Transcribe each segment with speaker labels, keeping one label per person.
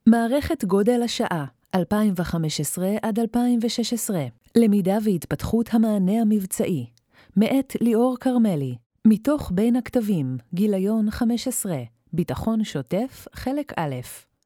Speaker 1: מערכת גודל השעה 2015 עד 2016. למידה והתפתחות המענה המבצעי. מאת ליאור קרמלי. מתוך בין הכתבים, גיליון 15. ביטחון שוטף, חלק א'.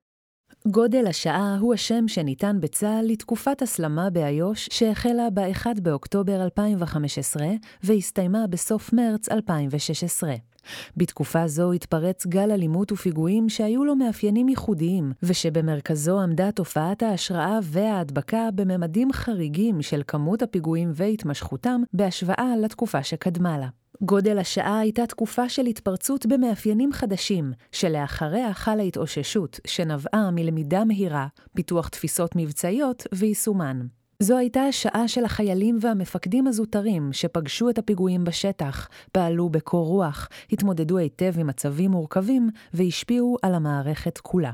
Speaker 1: גודל השעה הוא השם שניתן בצה"ל לתקופת הסלמה באיו"ש שהחלה ב-1 באוקטובר 2015 והסתיימה בסוף מרץ 2016. בתקופה זו התפרץ גל אלימות ופיגועים שהיו לו מאפיינים ייחודיים, ושבמרכזו עמדה תופעת ההשראה וההדבקה בממדים חריגים של כמות הפיגועים והתמשכותם בהשוואה לתקופה שקדמה לה. גודל השעה הייתה תקופה של התפרצות במאפיינים חדשים, שלאחריה חלה התאוששות שנבעה מלמידה מהירה, פיתוח תפיסות מבצעיות ויישומן. זו הייתה השעה של החיילים והמפקדים הזוטרים שפגשו את הפיגועים בשטח, פעלו בקור רוח, התמודדו היטב עם מצבים מורכבים והשפיעו על המערכת כולה.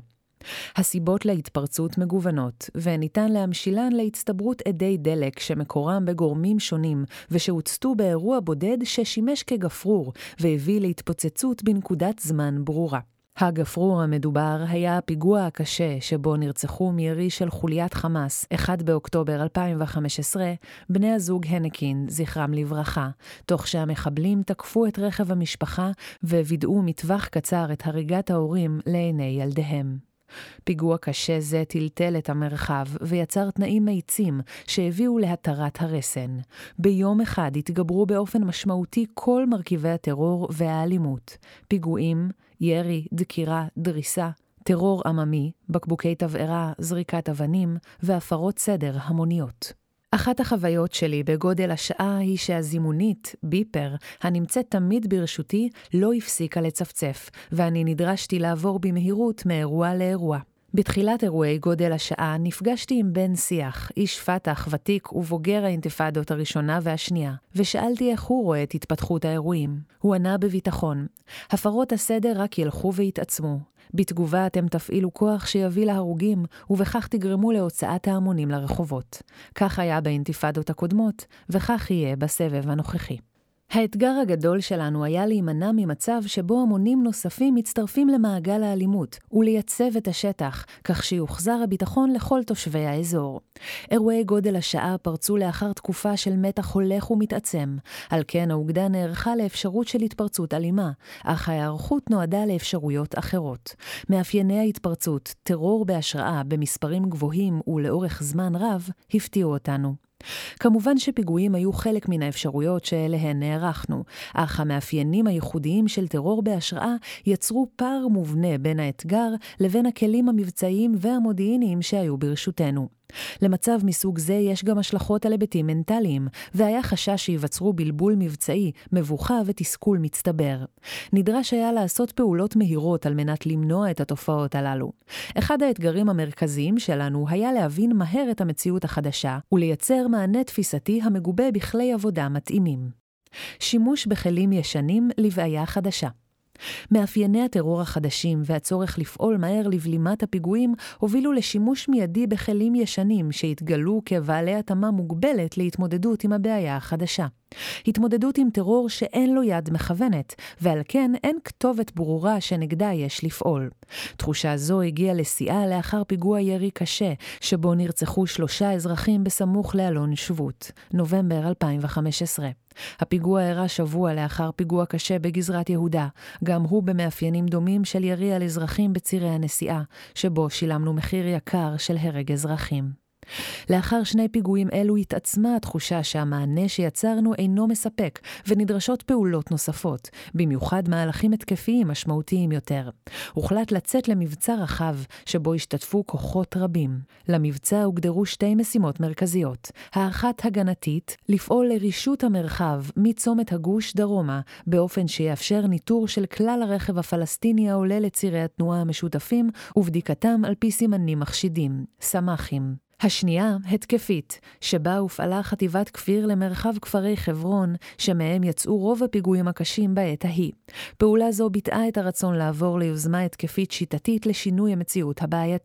Speaker 1: הסיבות להתפרצות מגוונות, וניתן להמשילן להצטברות עדי דלק שמקורם בגורמים שונים, ושהוצתו באירוע בודד ששימש כגפרור, והביא להתפוצצות בנקודת זמן ברורה. הגפרור המדובר היה הפיגוע הקשה שבו נרצחו מירי של חוליית חמאס, 1 באוקטובר 2015, בני הזוג הנקין, זכרם לברכה, תוך שהמחבלים תקפו את רכב המשפחה ווידאו מטווח קצר את הריגת ההורים לעיני ילדיהם. פיגוע קשה זה טלטל את המרחב ויצר תנאים מאיצים שהביאו להתרת הרסן. ביום אחד התגברו באופן משמעותי כל מרכיבי הטרור והאלימות. פיגועים, ירי, דקירה, דריסה, טרור עממי, בקבוקי תבערה, זריקת אבנים והפרות סדר המוניות. אחת החוויות שלי בגודל השעה היא שהזימונית, ביפר, הנמצאת תמיד ברשותי, לא הפסיקה לצפצף, ואני נדרשתי לעבור במהירות מאירוע לאירוע. בתחילת אירועי גודל השעה נפגשתי עם בן שיח, איש פתח, ותיק ובוגר האינתיפאדות הראשונה והשנייה, ושאלתי איך הוא רואה את התפתחות האירועים. הוא ענה בביטחון, הפרות הסדר רק ילכו ויתעצמו. בתגובה אתם תפעילו כוח שיביא להרוגים, ובכך תגרמו להוצאת ההמונים לרחובות. כך היה באינתיפאדות הקודמות, וכך יהיה בסבב הנוכחי. האתגר הגדול שלנו היה להימנע ממצב שבו המונים נוספים מצטרפים למעגל האלימות, ולייצב את השטח, כך שיוחזר הביטחון לכל תושבי האזור. אירועי גודל השעה פרצו לאחר תקופה של מתח הולך ומתעצם, על כן האוגדה נערכה לאפשרות של התפרצות אלימה, אך ההיערכות נועדה לאפשרויות אחרות. מאפייני ההתפרצות, טרור בהשראה במספרים גבוהים ולאורך זמן רב, הפתיעו אותנו. כמובן שפיגועים היו חלק מן האפשרויות שאליהן נערכנו, אך המאפיינים הייחודיים של טרור בהשראה יצרו פער מובנה בין האתגר לבין הכלים המבצעיים והמודיעיניים שהיו ברשותנו. למצב מסוג זה יש גם השלכות על היבטים מנטליים, והיה חשש שיווצרו בלבול מבצעי, מבוכה ותסכול מצטבר. נדרש היה לעשות פעולות מהירות על מנת למנוע את התופעות הללו. אחד האתגרים המרכזיים שלנו היה להבין מהר את המציאות החדשה, ולייצר מענה תפיסתי המגובה בכלי עבודה מתאימים. שימוש בכלים ישנים לבעיה חדשה. מאפייני הטרור החדשים והצורך לפעול מהר לבלימת הפיגועים הובילו לשימוש מיידי בכלים ישנים שהתגלו כבעלי התאמה מוגבלת להתמודדות עם הבעיה החדשה. התמודדות עם טרור שאין לו יד מכוונת, ועל כן אין כתובת ברורה שנגדה יש לפעול. תחושה זו הגיעה לשיאה לאחר פיגוע ירי קשה, שבו נרצחו 3 אזרחים בסמוך לאלון שבות, נובמבר 2015. הפיגוע אירע שבוע לאחר פיגוע קשה בגזרת יהודה, גם הוא במאפיינים דומים של ירי על אזרחים בצירי הנסיעה, שבו שילמנו מחיר יקר של הרג אזרחים. לאחר 2 פיגועים אלו התעצמה התחושה שהמענה שיצרנו אינו מספק, ונדרשות פעולות נוספות, במיוחד מהלכים התקפיים משמעותיים יותר. הוחלט לצאת למבצע רחב, שבו השתתפו כוחות רבים. למבצע הוגדרו 2 משימות מרכזיות. האחת הגנתית, לפעול לרישות המרחב מצומת הגוש דרומה, באופן שיאפשר ניטור של כלל הרכב הפלסטיני העולה לצירי התנועה המשותפים, ובדיקתם על פי סימנים מחשידים, סמ"כים. השנייה, התקפית, שבה הופעלה חטיבת כפיר למרחב כפרי חברון, שמהם יצאו רוב הפיגועים הקשים בעת ההיא. פעולה זו ביטאה את הרצון לעבור ליוזמה התקפית שיטתית לשינוי המציאות הבעייתית.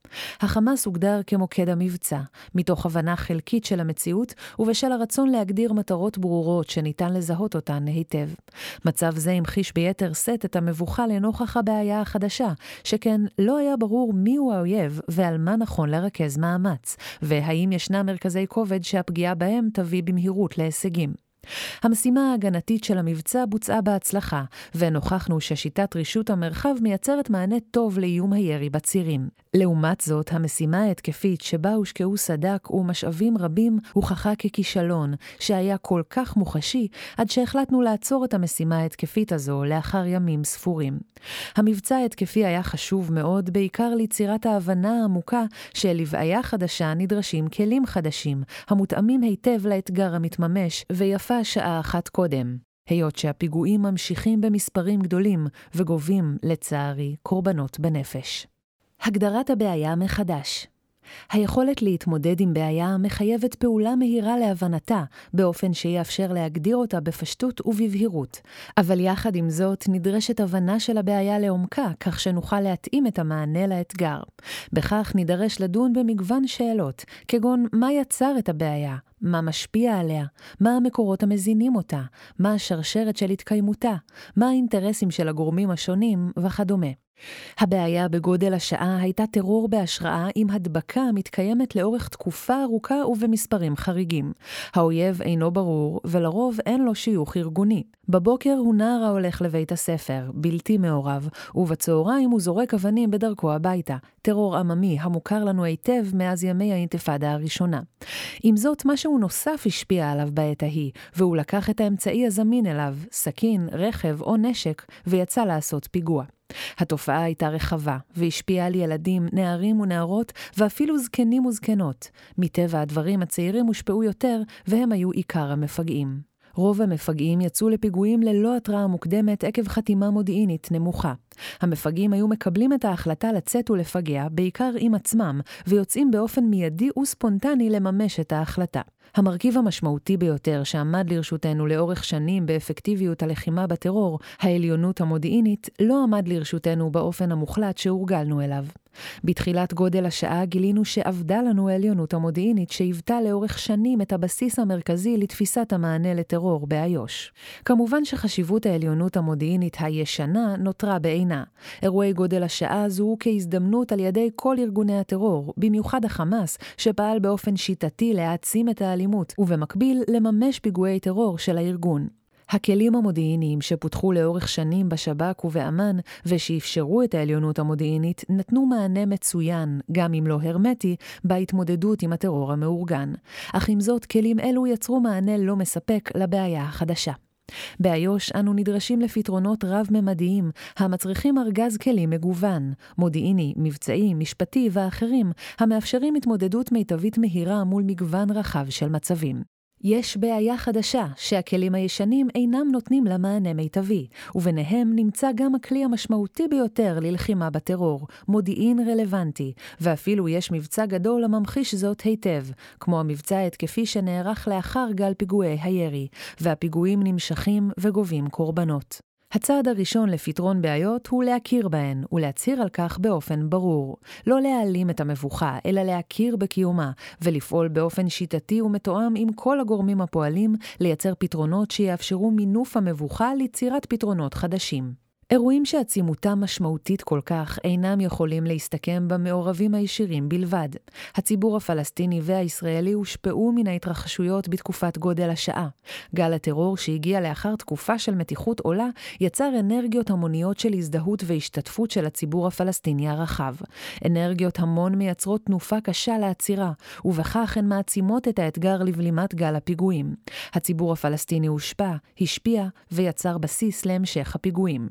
Speaker 1: החמאס הוגדר כמוקד המבצע, מתוך הבנה חלקית של המציאות ובשל הרצון להגדיר מטרות ברורות שניתן לזהות אותן היטב. מצב זה המחיש ביתר שאת את המבוכה לנוכח הבעיה החדשה, שכן לא היה ברור מיהו האויב ועל מה נכון לרכז מאמץ, והאם ישנה מרכזי כובד שהפגיעה בהם תביא במהירות להישגים. המשימה ההגנתית של המבצע בוצעה בהצלחה, ונוכחנו ששיטת רישות המרחב מייצרת מענה טוב לאיום הירי בצירים. לעומת זאת, המשימה ההתקפית שבה הושקעו סד"כ ומשאבים רבים הוכחה ככישלון, שהיה כל כך מוחשי עד שהחלטנו לעצור את המשימה ההתקפית הזו לאחר ימים ספורים. המבצע ההתקפי היה חשוב מאוד, בעיקר ליצירת ההבנה העמוקה שלבעיה חדשה נדרשים כלים חדשים, המותאמים היטב לאתגר המתממש, ויפה שעה אחת קודם. היות שהפיגועים ממשיכים במספרים גדולים וגובים, לצערי, קורבנות בנפש. הגדרת הבעיה מחדש. היכולת להתמודד עם בעיה מחייבת פעולה מהירה להבנתה, באופן שיאפשר להגדיר אותה בפשטות ובבהירות. אבל יחד עם זאת נדרשת הבנה של הבעיה לעומקה, כך שנוכל להתאים את המענה לאתגר. בכך נידרש לדון במגוון שאלות, כגון מה יצר את הבעיה, מה משפיע עליה, מה המקורות המזינים אותה, מה השרשרת של התקיימותה, מה האינטרסים של הגורמים השונים וכדומה. הבעיה בגודל השעה הייתה טרור בהשראה עם הדבקה המתקיימת לאורך תקופה ארוכה ובמספרים חריגים. האויב אינו ברור ולרוב אין לו שיוך ארגוני. בבוקר הוא נער ההולך לבית הספר, בלתי מעורב, ובצהריים הוא זורק אבנים בדרכו הביתה. טרור עממי המוכר לנו היטב מאז ימי האינתיפאדה הראשונה. עם זאת, משהו נוסף השפיע עליו בעת ההיא, והוא לקח את האמצעי הזמין אליו, סכין, רכב או נשק, ויצא לעשות פיגוע. התופעה הייתה רחבה, והשפיעה על ילדים, נערים ונערות, ואפילו זקנים וזקנות. מטבע הדברים הצעירים הושפעו יותר, והם היו עיקר המפגעים. רוב המפגעים יצאו לפיגועים ללא התראה מוקדמת עקב חתימה מודיעינית נמוכה. המפגעים היו מקבלים את ההחלטה לצאת ולפגע, בעיקר עם עצמם, ויוצאים באופן מיידי וספונטני לממש את ההחלטה. המרכיב המשמעותי ביותר שעמד לרשותנו לאורך שנים באפקטיביות הלחימה בטרור, העליונות המודיעינית, לא עמד לרשותנו באופן המוחלט שהורגלנו אליו. בתחילת גודל השעה גילינו שעבדה לנו העליונות המודיעינית שהיוותה לאורך שנים את הבסיס המרכזי לתפיסת המענה לטרור באיו"ש. כמובן שחשיבות העליונות המודיעינית הישנה נותרה בעינה. אירועי גודל השעה זוהו כהזדמנות על ידי כל ארגוני הטרור, במיוחד החמאס, שפעל באופן שיטתי להעצים את האלימות, ובמקביל לממש פיגועי טרור של הארגון. הכלים המודיעיניים שפותחו לאורך שנים בשב"כ ובאמ"ן ושאפשרו את העליונות המודיעינית נתנו מענה מצוין, גם אם לא הרמטי, בהתמודדות עם הטרור המאורגן. אך עם זאת, כלים אלו יצרו מענה לא מספק לבעיה החדשה. באיו"ש אנו נדרשים לפתרונות רב-ממדיים, המצריכים ארגז כלים מגוון, מודיעיני, מבצעי, משפטי ואחרים, המאפשרים התמודדות מיטבית מהירה מול מגוון רחב של מצבים. יש בעיה חדשה שהכלים הישנים אינם נותנים לה מענה מיטבי, וביניהם נמצא גם הכלי המשמעותי ביותר ללחימה בטרור, מודיעין רלוונטי, ואפילו יש מבצע גדול הממחיש זאת היטב, כמו המבצע ההתקפי שנערך לאחר גל פיגועי הירי, והפיגועים נמשכים וגובים קורבנות. הצעד הראשון לפתרון בעיות הוא להכיר בהן ולהצהיר על כך באופן ברור. לא להעלים את המבוכה, אלא להכיר בקיומה ולפעול באופן שיטתי ומתואם עם כל הגורמים הפועלים לייצר פתרונות שיאפשרו מינוף המבוכה ליצירת פתרונות חדשים. אירועים שעצימותם משמעותית כל כך אינם יכולים להסתכם במעורבים הישירים בלבד. הציבור הפלסטיני והישראלי הושפעו מן ההתרחשויות בתקופת גודל השעה. גל הטרור שהגיע לאחר תקופה של מתיחות עולה יצר אנרגיות המוניות של הזדהות והשתתפות של הציבור הפלסטיני הרחב. אנרגיות המון מייצרות תנופה קשה לעצירה, ובכך הן מעצימות את האתגר לבלימת גל הפיגועים. הציבור הפלסטיני הושפע, השפיע ויצר בסיס להמשך הפיגועים.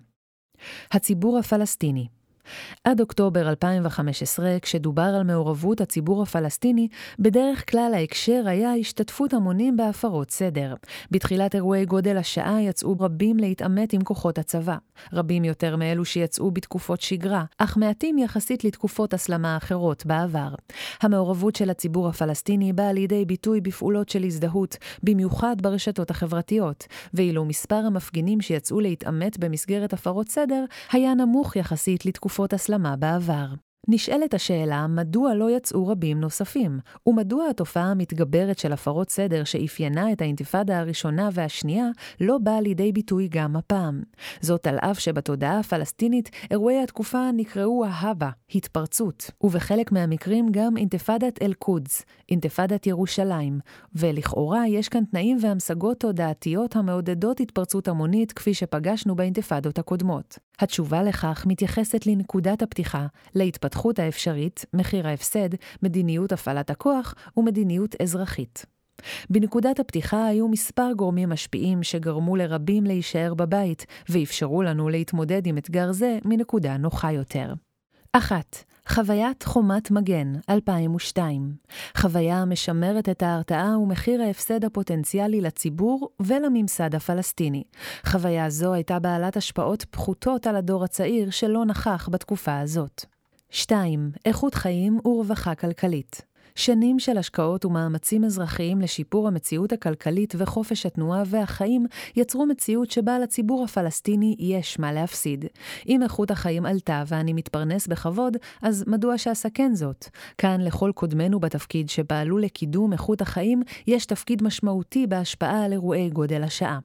Speaker 1: הציבור הפלסטיני. עד אוקטובר 2015, כשדובר על מעורבות הציבור הפלסטיני, בדרך כלל ההקשר היה השתתפות המונים בהפרות סדר. בתחילת אירועי גודל השעה יצאו רבים להתעמת עם כוחות הצבא. רבים יותר מאלו שיצאו בתקופות שגרה, אך מעטים יחסית לתקופות הסלמה אחרות בעבר. המעורבות של הציבור הפלסטיני באה לידי ביטוי בפעולות של הזדהות, במיוחד ברשתות החברתיות, ואילו מספר המפגינים שיצאו להתעמת במסגרת הפרות סדר היה נמוך יחסית לתקופות הסלמה בעבר. נשאלת השאלה מדוע לא יצאו רבים נוספים, ומדוע התופעה המתגברת של הפרות סדר שאפיינה את האינתיפאדה הראשונה והשנייה לא באה לידי ביטוי גם הפעם. זאת על אף שבתודעה הפלסטינית אירועי התקופה נקראו ההבה, התפרצות, ובחלק מהמקרים גם אינתיפאדת אל-קודס, אינתיפאדת ירושלים, ולכאורה יש כאן תנאים והמשגות תודעתיות המעודדות התפרצות המונית כפי שפגשנו באינתיפאדות הקודמות. התשובה לכך מתייחסת לנקודת הפתיחה, להתפתחות האפשרית, מחיר ההפסד, מדיניות הפעלת הכוח ומדיניות אזרחית. בנקודת הפתיחה היו מספר גורמים משפיעים שגרמו לרבים להישאר בבית ואפשרו לנו להתמודד עם אתגר זה מנקודה נוחה יותר. 1. חוויית חומת מגן, 2002. חוויה המשמרת את ההרתעה ומחיר ההפסד הפוטנציאלי לציבור ולממסד הפלסטיני. חוויה זו הייתה בעלת השפעות פחותות על הדור הצעיר שלא נכח בתקופה הזאת. 2. איכות חיים ורווחה כלכלית. שנים של השקעות ומאמצים אזרחיים לשיפור המציאות הכלכלית וחופש התנועה והחיים יצרו מציאות שבה לציבור הפלסטיני יש מה להפסיד. אם איכות החיים עלתה ואני מתפרנס בכבוד, אז מדוע שאסכן זאת? כאן לכל קודמנו בתפקיד שפעלו לקידום איכות החיים יש תפקיד משמעותי בהשפעה על אירועי גודל השעה.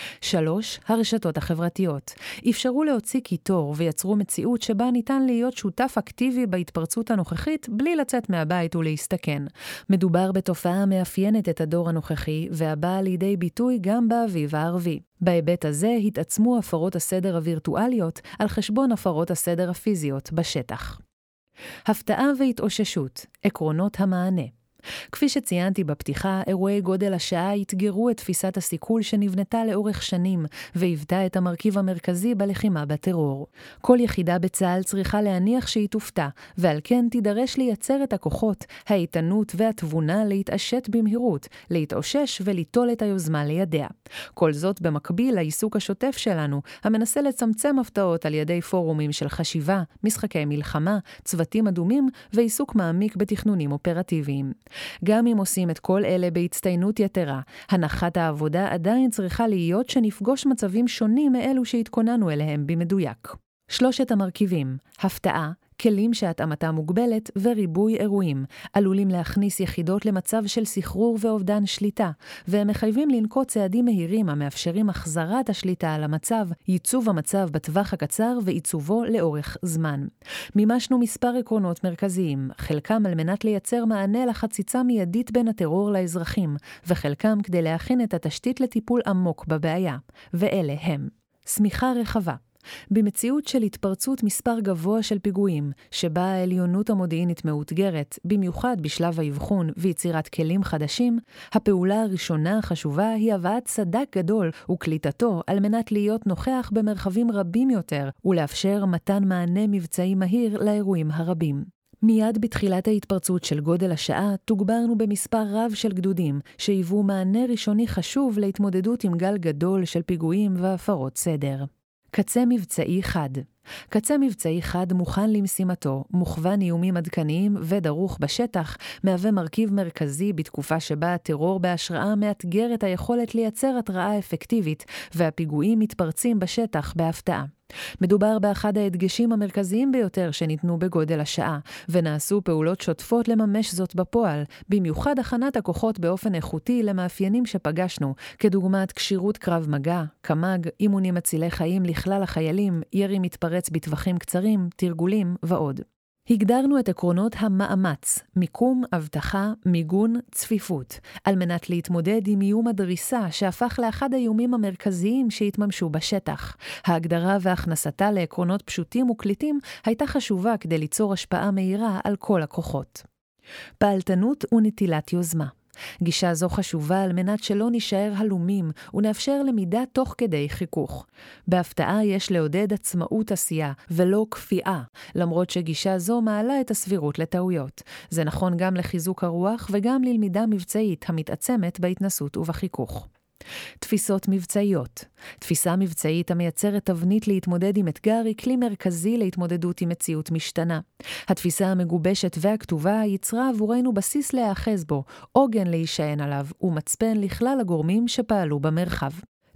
Speaker 1: 3. הרשתות החברתיות. אפשרו להוציא קיטור ויצרו מציאות שבה ניתן להיות שותף אקטיבי בהתפרצות הנוכחית בלי לצאת מהבית ולהסתכן. מדובר בתופעה מאפיינת את הדור הנוכחי והבאה לידי ביטוי גם באביב הערבי. בהיבט הזה התעצמו הפרות הסדר הווירטואליות על חשבון הפרות הסדר הפיזיות בשטח. הפתעה והתאוששות. עקרונות המענה. כפי שציינתי בפתיחה, אירועי גודל השעה התגרו את תפיסת הסיכול שנבנתה לאורך שנים, והיוותה את המרכיב המרכזי בלחימה בטרור. כל יחידה בצה"ל צריכה להניח שהיא תופתע, ועל כן תידרש לייצר את הכוחות, האיתנות והתבונה להתעשת במהירות, להתאושש וליטול את היוזמה לידיה. כל זאת במקביל לעיסוק השוטף שלנו, המנסה לצמצם הפתעות על ידי פורומים של חשיבה, משחקי מלחמה, צוותים אדומים ועיסוק מעמיק בתכנונים אופרטיביים. גם אם עושים את כל אלה בהצטיינות יתרה, הנחת העבודה עדיין צריכה להיות שנפגוש מצבים שונים מאלו שהתכוננו אליהם במדויק. 3 המרכיבים, הפתעה, כלים שהתאמתה מוגבלת וריבוי אירועים, עלולים להכניס יחידות למצב של סחרור ואובדן שליטה, והם מחייבים לנקוט צעדים מהירים המאפשרים החזרת השליטה על המצב, ייצוב המצב בטווח הקצר ועיצובו לאורך זמן. מימשנו מספר עקרונות מרכזיים, חלקם על מנת לייצר מענה לחציצה מיידית בין הטרור לאזרחים, וחלקם כדי להכין את התשתית לטיפול עמוק בבעיה, ואלה הם. סמיכה רחבה. במציאות של התפרצות מספר גבוה של פיגועים, שבה העליונות המודיעינית מאותגרת, במיוחד בשלב האבחון ויצירת כלים חדשים, הפעולה הראשונה החשובה היא הבאת סדק גדול וקליטתו על מנת להיות נוכח במרחבים רבים יותר, ולאפשר מתן מענה מבצעי מהיר לאירועים הרבים. מיד בתחילת ההתפרצות של גודל השעה, תוגברנו במספר רב של גדודים, שהיוו מענה ראשוני חשוב להתמודדות עם גל גדול של פיגועים והפרות סדר. קצה מבצעי חד. קצה מבצעי חד מוכן למשימתו, מוכוון איומים עדכניים ודרוך בשטח, מהווה מרכיב מרכזי בתקופה שבה הטרור בהשראה מאתגר את היכולת לייצר התראה אפקטיבית, והפיגועים מתפרצים בשטח בהפתעה. מדובר באחד ההדגשים המרכזיים ביותר שניתנו בגודל השעה, ונעשו פעולות שוטפות לממש זאת בפועל, במיוחד הכנת הכוחות באופן איכותי למאפיינים שפגשנו, כדוגמת קשירות קרב מגע, קמ"ג, אימונים מצילי חיים לכלל החיילים, ירי מתפרץ בטווחים קצרים, תרגולים ועוד. הגדרנו את עקרונות המאמץ, מיקום, הבטחה, מיגון, צפיפות, על מנת להתמודד עם איום הדריסה שהפך לאחד האיומים המרכזיים שהתממשו בשטח. ההגדרה והכנסתה לעקרונות פשוטים וקליטים הייתה חשובה כדי ליצור השפעה מהירה על כל הכוחות. פעלתנות ונטילת יוזמה. גישה זו חשובה על מנת שלא נשאר הלומים ונאפשר למידה תוך כדי חיכוך. בהפתעה יש לעודד עצמאות עשייה ולא כפייה, למרות שגישה זו מעלה את הסבירות לטעויות. זה נכון גם לחיזוק הרוח וגם ללמידה מבצעית המתעצמת בהתנסות ובחיכוך. תפיסות מבצעיות. תפיסה מבצעית המייצרת תבנית להתמודד עם אתגר היא כלי מרכזי להתמודדות עם מציאות משתנה. התפיסה המגובשת והכתובה יצרה עבורנו בסיס להיאחז בו, עוגן להישען עליו ומצפן לכלל הגורמים שפעלו במרחב.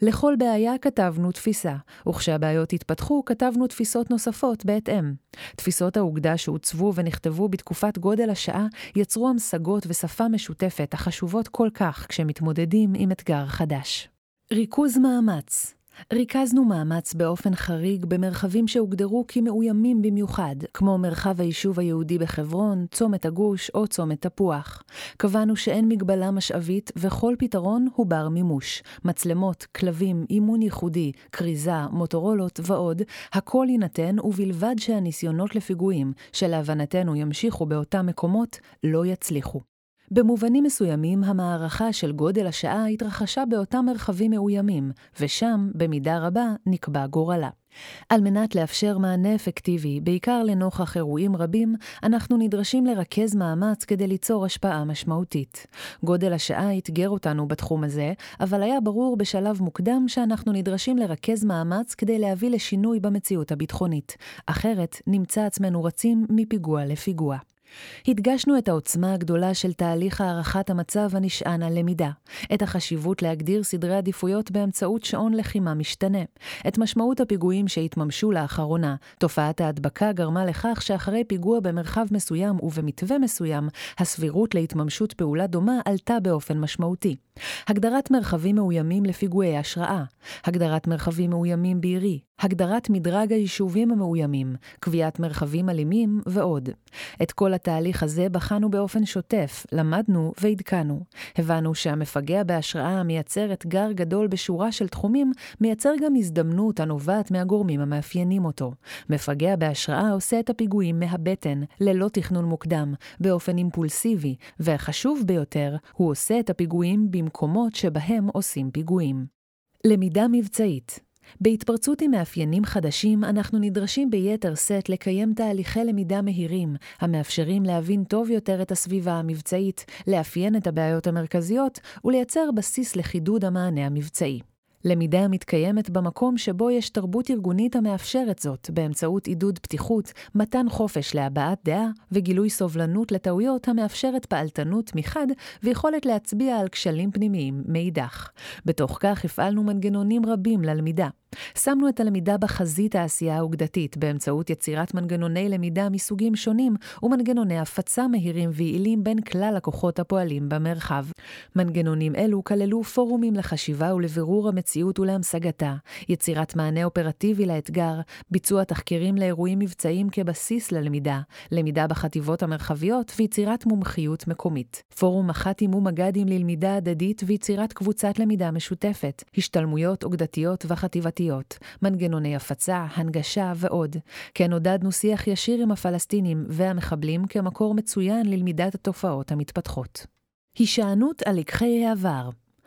Speaker 1: לכל בעיה כתבנו תפיסה, וכשהבעיות התפתחו כתבנו תפיסות נוספות בהתאם. תפיסות האוגדה שהוצבו ונכתבו בתקופת גודל השעה יצרו המשגות ושפה משותפת החשובות כל כך כשמתמודדים עם אתגר חדש. ריכוז מאמץ. ריכזנו מאמץ באופן חריג במרחבים שהוגדרו כמאוימים במיוחד, כמו מרחב היישוב היהודי בחברון, צומת הגוש או צומת תפוח. קבענו שאין מגבלה משאבית וכל פתרון הוא בר מימוש. מצלמות, כלבים, אימון ייחודי, קריזה, מוטורולות ועוד, הכל יינתן ובלבד שהניסיונות לפיגועים שלהבנתנו ימשיכו באותם מקומות לא יצליחו. במובנים מסוימים, המערכה של גודל השעה התרחשה באותם מרחבים מאוימים, ושם, במידה רבה, נקבע גורלה. על מנת לאפשר מענה אפקטיבי, בעיקר לנוכח אירועים רבים, אנחנו נדרשים לרכז מאמץ כדי ליצור השפעה משמעותית. גודל השעה התגר אותנו בתחום הזה, אבל היה ברור בשלב מוקדם שאנחנו נדרשים לרכז מאמץ כדי להביא לשינוי במציאות הביטחונית. אחרת, נמצא עצמנו רצים מפיגוע לפיגוע. הדגשנו את העוצמה הגדולה של תהליך הערכת המצב הנשען על למידה, את החשיבות להגדיר סדרי עדיפויות באמצעות שעון לחימה משתנה, את משמעות הפיגועים שהתממשו לאחרונה. תופעת ההדבקה גרמה לכך שאחרי פיגוע במרחב מסוים ובמתווה מסוים, הסבירות להתממשות פעולה דומה עלתה באופן משמעותי. הגדרת מרחבים מאוימים לפיגועי השראה, הגדרת מרחבים מאוימים בעירי, הגדרת מדרג היישובים המאוימים, קביעת מרחבים אלימים ועוד. את כל התהליך הזה בחנו באופן שוטף, למדנו והדכנו. הבנו שהמפגע בהשראה המייצר אתגר גדול בשורה של תחומים, מייצר גם הזדמנות הנובעת מהגורמים המאפיינים אותו. מפגע בהשראה עושה את הפיגועים מהבטן, ללא תכנון מוקדם, באופן אימפולסיבי, והחשוב ביותר, הוא עושה את הפיגועים במקומות שבהם עושים פיגועים. למידה מבצעית. בהתפרצות עם מאפיינים חדשים, אנחנו נדרשים ביתר סט לקיים תהליכי למידה מהירים, המאפשרים להבין טוב יותר את הסביבה המבצעית, לאפיין את הבעיות המרכזיות ולייצר בסיס לחידוד המענה המבצעי. למידה מתקיימת במקום שבו יש תרבות ארגונית המאפשרת זאת, באמצעות עידוד פתיחות, מתן חופש להבעת דעה וגילוי סובלנות לטעויות המאפשרת פעלתנות מחד ויכולת להצביע על כשלים פנימיים מאידך. בתוך כך הפעלנו מנגנונים רבים ללמידה. שמנו את הלמידה בחזית העשייה האוגדתית באמצעות יצירת מנגנוני למידה מסוגים שונים ומנגנוני הפצה מהירים ויעילים בין כלל הכוחות הפועלים במרחב. מנגנונים אלו כללו פורומים לחשיבה ולבירור המציאות ולהמשגתה, יצירת מענה אופרטיבי לאתגר, ביצוע תחקירים לאירועים מבצעיים כבסיס ללמידה, למידה בחטיבות המרחביות ויצירת מומחיות מקומית. פורום מח"טים ומג"דים ללמידה הדדית ויצירת קבוצת למידה משותפת, השתלמויות אוגדתיות וחטיבתיות. מנגנוני הפצה, הנגשה ועוד. כן עודדנו שיח ישיר עם הפלסטינים והמחבלים כמקור מצוין ללמידת התופעות המתפתחות. הישענות על לקחי העבר.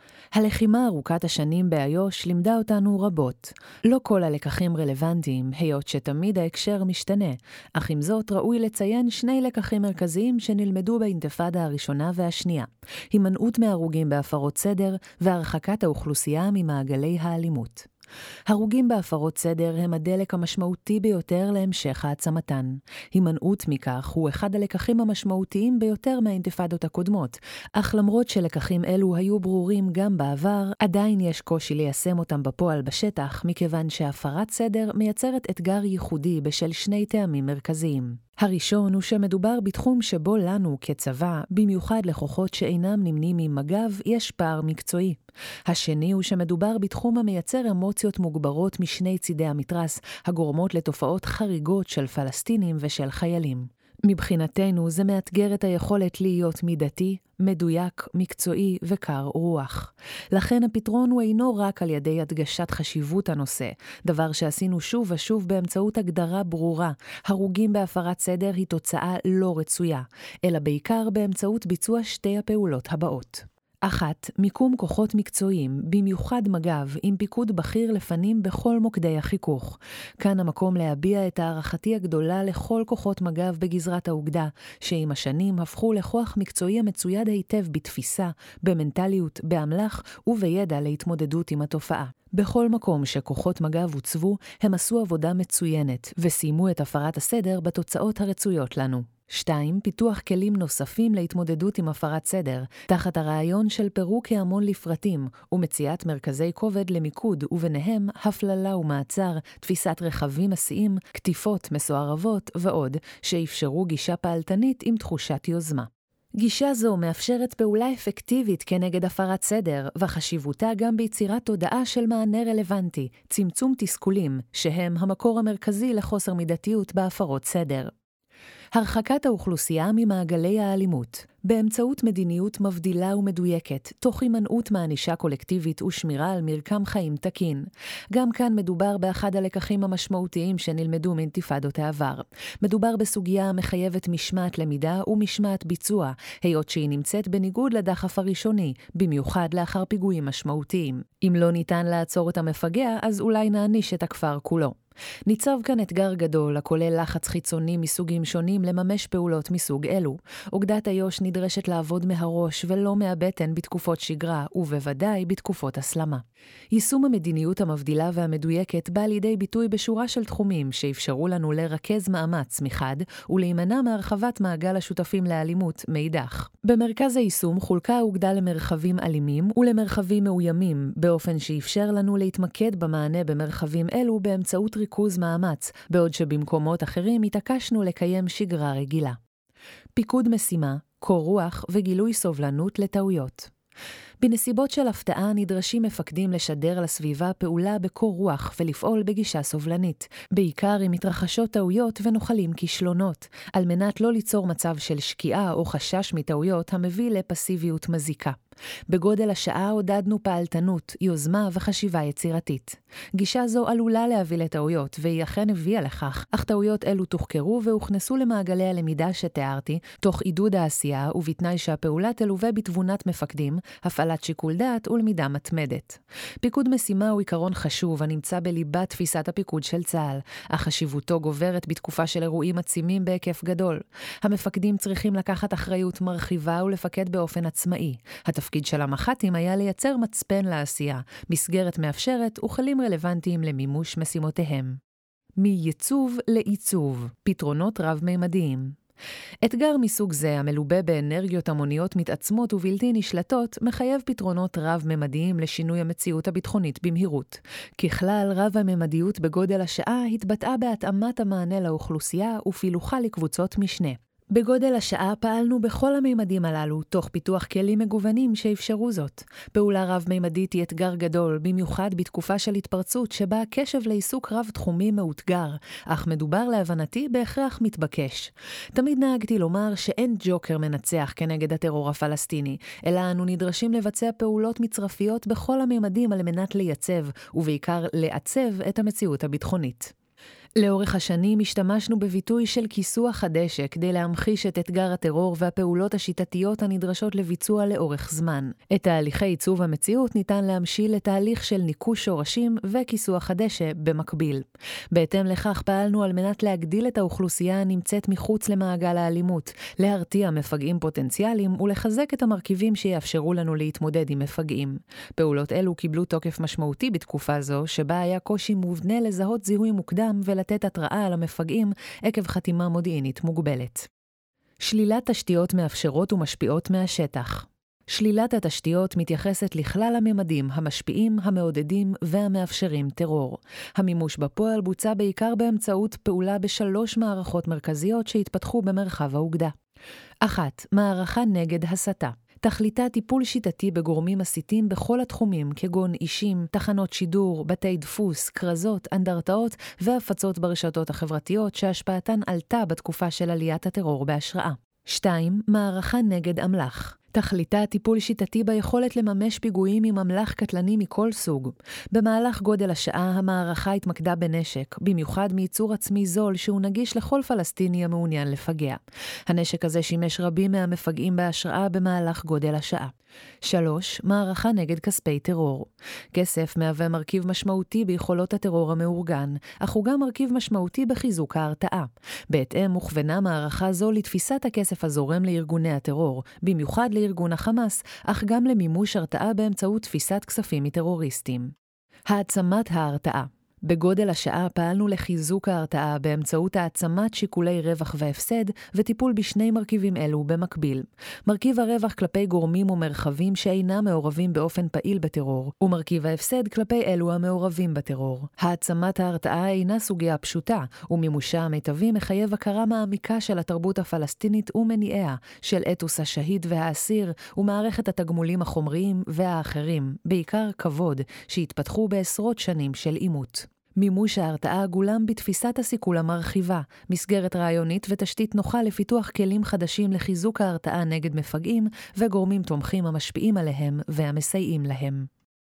Speaker 1: הלחימה ארוכת השנים באיו"ש לימדה אותנו רבות. לא כל הלקחים רלוונטיים, היות שתמיד ההקשר משתנה, אך עם זאת ראוי לציין שני לקחים מרכזיים שנלמדו באינתיפאדה הראשונה והשנייה. הימנעות מהרוגים בהפרות סדר והרחקת האוכלוסייה ממעגלי האלימות. הרוגים בהפרות סדר הם הדלק המשמעותי ביותר להמשך העצמתן. הימנעות מכך הוא אחד הלקחים המשמעותיים ביותר מהאינתיפאדות הקודמות, אך למרות שלקחים אלו היו ברורים גם בעבר, עדיין יש קושי ליישם אותם בפועל בשטח, מכיוון שהפרת סדר מייצרת אתגר ייחודי בשל שני טעמים מרכזיים. הראשון הוא שמדובר בתחום שבו לנו כצבא, במיוחד לכוחות שאינם נמנים עם מג"ב, יש פער מקצועי. השני הוא שמדובר בתחום המייצר אמוציות מוגברות משני צידי המתרס, הגורמות לתופעות חריגות של פלסטינים ושל חיילים. מבחינתנו זה מאתגר את היכולת להיות מידתי, מדויק, מקצועי וקר רוח. לכן הפתרון הוא אינו רק על ידי הדגשת חשיבות הנושא, דבר שעשינו שוב ושוב באמצעות הגדרה ברורה. הרוגים בהפרת סדר היא תוצאה לא רצויה, אלא בעיקר באמצעות ביצוע שתי הפעולות הבאות. 1. מיקום כוחות מקצועיים, במיוחד מג"ב, עם פיקוד בכיר לפנים בכל מוקדי החיכוך. כאן המקום להביע את הערכתי הגדולה לכל כוחות מג"ב בגזרת האוגדה, שעם השנים הפכו לכוח מקצועי המצויד היטב בתפיסה, במנטליות, באמל"ח ובידע להתמודדות עם התופעה. בכל מקום שכוחות מג"ב הוצבו, הם עשו עבודה מצוינת, וסיימו את הפרת הסדר בתוצאות הרצויות לנו. 2. פיתוח כלים נוספים להתמודדות עם הפרת סדר, תחת הרעיון של פירוק ההמון לפרטים, ומציאת מרכזי כובד למיקוד, וביניהם הפללה ומעצר, תפיסת רכבים מסיעים, כתיפות מסוערבות ועוד, שאפשרו גישה פעלתנית עם תחושת יוזמה. גישה זו מאפשרת פעולה אפקטיבית כנגד הפרת סדר, וחשיבותה גם ביצירת תודעה של מענה רלוונטי, צמצום תסכולים, שהם המקור המרכזי לחוסר מידתיות בהפרות סדר. הרחקת האוכלוסייה ממעגלי האלימות, באמצעות מדיניות מבדילה ומדויקת, תוך הימנעות מענישה קולקטיבית ושמירה על מרקם חיים תקין. גם כאן מדובר באחד הלקחים המשמעותיים שנלמדו מאינתיפאדות העבר. מדובר בסוגיה המחייבת משמעת למידה ומשמעת ביצוע, היות שהיא נמצאת בניגוד לדחף הראשוני, במיוחד לאחר פיגועים משמעותיים. אם לא ניתן לעצור את המפגע, אז אולי נעניש את הכפר כולו. ניצב כאן אתגר גדול, הכולל לחץ חיצוני מסוגים שונים לממש פעולות מסוג אלו. אוגדת איו"ש נדרשת לעבוד מהראש ולא מהבטן בתקופות שגרה, ובוודאי בתקופות הסלמה. יישום המדיניות המבדילה והמדויקת בא לידי ביטוי בשורה של תחומים שאפשרו לנו לרכז מאמץ מחד, ולהימנע מהרחבת מעגל השותפים לאלימות מאידך. במרכז היישום חולקה האוגדה למרחבים אלימים ולמרחבים מאוימים, באופן שאפשר לנו להתמקד במענה במרחבים אלו באמצעות ריכוז מאמץ, בעוד שבמקומות אחרים התעקשנו לקיים שגרה רגילה. פיקוד משימה, קור רוח וגילוי סובלנות לטעויות. בנסיבות של הפתעה נדרשים מפקדים לשדר לסביבה פעולה בקור רוח ולפעול בגישה סובלנית, בעיקר אם מתרחשות טעויות ונוחלים כישלונות, על מנת לא ליצור מצב של שקיעה או חשש מטעויות המביא לפסיביות מזיקה. בגודל השעה עודדנו פעלתנות, יוזמה וחשיבה יצירתית. גישה זו עלולה להביא לטעויות, והיא אכן הביאה לכך, אך טעויות אלו תוחקרו והוכנסו למעגלי הלמידה שתיארתי, תוך עידוד העשייה ובתנאי שהפעולה תלווה בתבונת מפקדים, הפעלת שיקול דעת ולמידה מתמדת. פיקוד משימה הוא עיקרון חשוב הנמצא בליבת תפיסת הפיקוד של צה"ל, אך חשיבותו גוברת בתקופה של אירועים עצימים בהיקף גדול. המפקדים צריכים לקחת אחריות מרחיבה ולפקד באופן עצמאי. התפקיד של המח"טים היה לייצר מצפן לעשייה, מסגרת מאפשרת וכלים רלוונטיים למימוש משימותיהם. מייצוב לעיצוב, פתרונות רב-ממדיים. אתגר מסוג זה, המלובה באנרגיות המוניות מתעצמות ובלתי נשלטות, מחייב פתרונות רב-ממדיים לשינוי המציאות הביטחונית במהירות. ככלל, רב-הממדיות בגודל השעה התבטאה בהתאמת המענה לאוכלוסייה ופילוחה לקבוצות משנה. בגודל השעה פעלנו בכל הממדים הללו, תוך פיתוח כלים מגוונים שאפשרו זאת. פעולה רב-ממדית היא אתגר גדול, במיוחד בתקופה של התפרצות שבה הקשב לעיסוק רב-תחומי מאותגר, אך מדובר להבנתי בהכרח מתבקש. תמיד נהגתי לומר שאין ג'וקר מנצח כנגד הטרור הפלסטיני, אלא אנו נדרשים לבצע פעולות מצרפיות בכל הממדים על מנת לייצב, ובעיקר לעצב את המציאות הביטחונית. לאורך השנים השתמשנו בביטוי של כיסוח הדשא כדי להמחיש את אתגר הטרור והפעולות השיטתיות הנדרשות לביצוע לאורך זמן. את תהליכי עיצוב המציאות ניתן להמשיל לתהליך של ניקוש שורשים וכיסוח הדשא במקביל. בהתאם לכך פעלנו על מנת להגדיל את האוכלוסייה הנמצאת מחוץ למעגל האלימות, להרתיע מפגעים פוטנציאליים ולחזק את המרכיבים שיאפשרו לנו להתמודד עם מפגעים. פעולות אלו קיבלו תוקף משמעותי בתקופה זו, שבה היה קושי מובנה לזהות זיהוי מוקדם לתת התראה על המפגעים עקב חתימה מודיעינית מוגבלת. שלילת תשתיות מאפשרות ומשפיעות מהשטח. שלילת התשתיות מתייחסת לכלל הממדים המשפיעים, המעודדים והמאפשרים טרור. המימוש בפועל בוצע בעיקר באמצעות פעולה בשלוש מערכות מרכזיות שהתפתחו במרחב האוגדה. 1. מערכה נגד הסתה. תכליתה טיפול שיטתי בגורמים מסיתים בכל התחומים, כגון אישים, תחנות שידור, בתי דפוס, קרזות, אנדרטאות והפצות ברשתות החברתיות שהשפעתן עלתה בתקופה של עליית הטרור בהשראה. 2. מערכה נגד אמל"ח. תכליתה טיפול שיטתי ביכולת לממש פיגועים עם אמל"ח קטלני מכל סוג. במהלך גודל השעה המערכה התמקדה בנשק, במיוחד מייצור עצמי זול שהוא נגיש לכל פלסטיני המעוניין לפגע. הנשק הזה שימש רבים מהמפגעים בהשראה במהלך גודל השעה. 3. מערכה נגד כספי טרור. כסף מהווה מרכיב משמעותי ביכולות הטרור המאורגן, אך הוא גם מרכיב משמעותי בחיזוק ההרתעה. בהתאם מוכוונה מערכה זו לתפיסת הכסף הזורם לארגוני הטרור, במיוחד לארגון החמאס, אך גם למימוש הרתעה באמצעות תפיסת כספים מטרוריסטים. העצמת ההרתעה. בגודל השעה פעלנו לחיזוק ההרתעה באמצעות העצמת שיקולי רווח והפסד וטיפול בשני מרכיבים אלו במקביל. מרכיב הרווח כלפי גורמים ומרחבים שאינם מעורבים באופן פעיל בטרור, ומרכיב ההפסד כלפי אלו המעורבים בטרור. העצמת ההרתעה אינה סוגיה פשוטה, ומימושה המיטבי מחייב הכרה מעמיקה של התרבות הפלסטינית ומניעיה, של אתוס השהיד והאסיר, ומערכת התגמולים החומריים והאחרים, בעיקר כבוד, שהתפתחו בעשרות שנים של עימות. מימוש ההרתעה גולם בתפיסת הסיכול המרחיבה, מסגרת רעיונית ותשתית נוחה לפיתוח כלים חדשים לחיזוק ההרתעה נגד מפגעים וגורמים תומכים המשפיעים עליהם והמסייעים להם.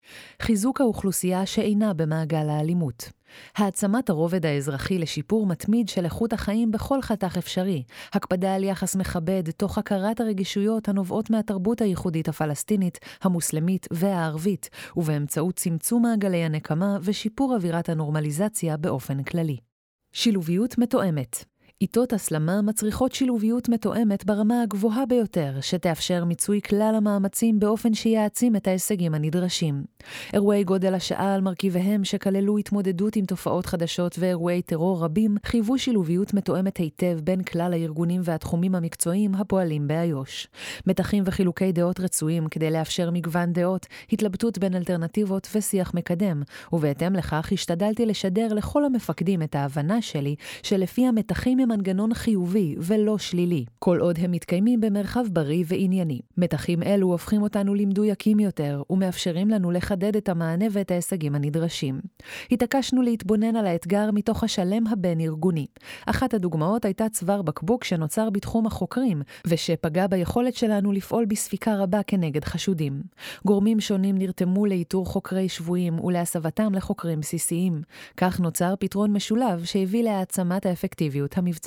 Speaker 1: חיזוק האוכלוסייה שאינה במעגל האלימות. העצמת הרובד האזרחי לשיפור מתמיד של איכות החיים בכל חתך אפשרי, הקפדה על יחס מכבד תוך הכרת הרגישויות הנובעות מהתרבות הייחודית הפלסטינית, המוסלמית והערבית, ובאמצעות צמצום מעגלי הנקמה ושיפור אווירת הנורמליזציה באופן כללי. שילוביות מתואמת. עיתות הסלמה מצריכות שילוביות מתואמת ברמה הגבוהה ביותר, שתאפשר מיצוי כלל המאמצים באופן שיעצים את ההישגים הנדרשים. אירועי גודל השעה על מרכיביהם שכללו התמודדות עם תופעות חדשות ואירועי טרור רבים, חייבו שילוביות מתואמת היטב בין כלל הארגונים והתחומים המקצועיים הפועלים באיו"ש. מתחים וחילוקי דעות רצויים כדי לאפשר מגוון דעות, התלבטות בין אלטרנטיבות ושיח מקדם, ובהתאם לכך השתדלתי לשדר לכל המפקדים את ההבנה שלי שלפי המתחים מנגנון חיובי ולא שלילי, כל עוד הם מתקיימים במרחב בריא וענייני. מתחים אלו הופכים אותנו למדויקים יותר ומאפשרים לנו לחדד את המענה ואת ההישגים הנדרשים. התעקשנו להתבונן על האתגר מתוך השלם הבין-ארגוני. אחת הדוגמאות הייתה צוואר בקבוק שנוצר בתחום החוקרים, ושפגע ביכולת שלנו לפעול בספיקה רבה כנגד חשודים. גורמים שונים נרתמו לאיתור חוקרי שבויים ולהסבתם לחוקרים בסיסיים. כך נוצר פתרון משולב שהביא להעצמת האפקטיביות המבצעית.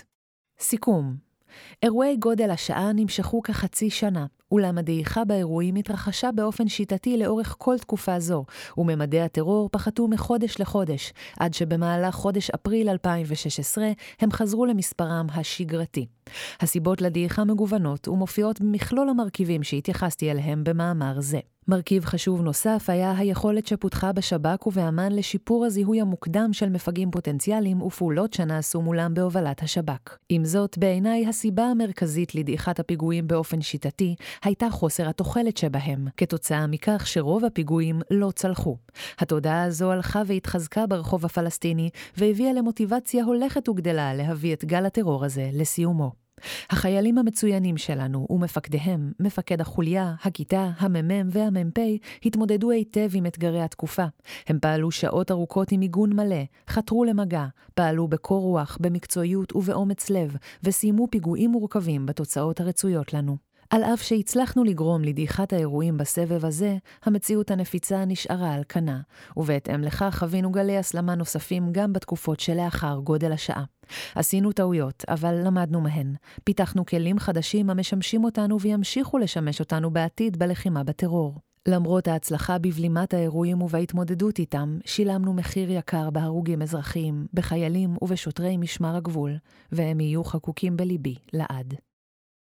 Speaker 1: סיכום. אירועי גודל השעה נמשכו כחצי שנה, אולם הדעיכה באירועים התרחשה באופן שיטתי לאורך כל תקופה זו, וממדי הטרור פחתו מחודש לחודש, עד שבמהלך חודש אפריל 2016 הם חזרו למספרם השגרתי. הסיבות לדעיכה מגוונות ומופיעות במכלול המרכיבים שהתייחסתי אליהם במאמר זה. מרכיב חשוב נוסף היה היכולת שפותחה בשב"כ ובאמ"ן לשיפור הזיהוי המוקדם של מפגעים פוטנציאליים ופעולות שנעשו מולם בהובלת השב"כ. עם זאת, בעיניי הסיבה המרכזית לדעיכת הפיגועים באופן שיטתי הייתה חוסר התוחלת שבהם, כתוצאה מכך שרוב הפיגועים לא צלחו. התודעה הזו הלכה והתחזקה ברחוב הפלסטיני והביאה למוטיבציה הולכת וגדלה להביא את גל הטרור הזה לסיומו. החיילים המצוינים שלנו ומפקדיהם, מפקד החוליה, הכיתה, המ"מ והמ"פ, התמודדו היטב עם אתגרי התקופה. הם פעלו שעות ארוכות עם מיגון מלא, חתרו למגע, פעלו בקור רוח, במקצועיות ובאומץ לב, וסיימו פיגועים מורכבים בתוצאות הרצויות לנו. על אף שהצלחנו לגרום לדעיכת האירועים בסבב הזה, המציאות הנפיצה נשארה על כנה, ובהתאם לכך חווינו גלי הסלמה נוספים גם בתקופות שלאחר גודל השעה. עשינו טעויות, אבל למדנו מהן. פיתחנו כלים חדשים המשמשים אותנו וימשיכו לשמש אותנו בעתיד בלחימה בטרור. למרות ההצלחה בבלימת האירועים ובהתמודדות איתם, שילמנו מחיר יקר בהרוגים אזרחיים, בחיילים ובשוטרי משמר הגבול, והם יהיו חקוקים בליבי לעד.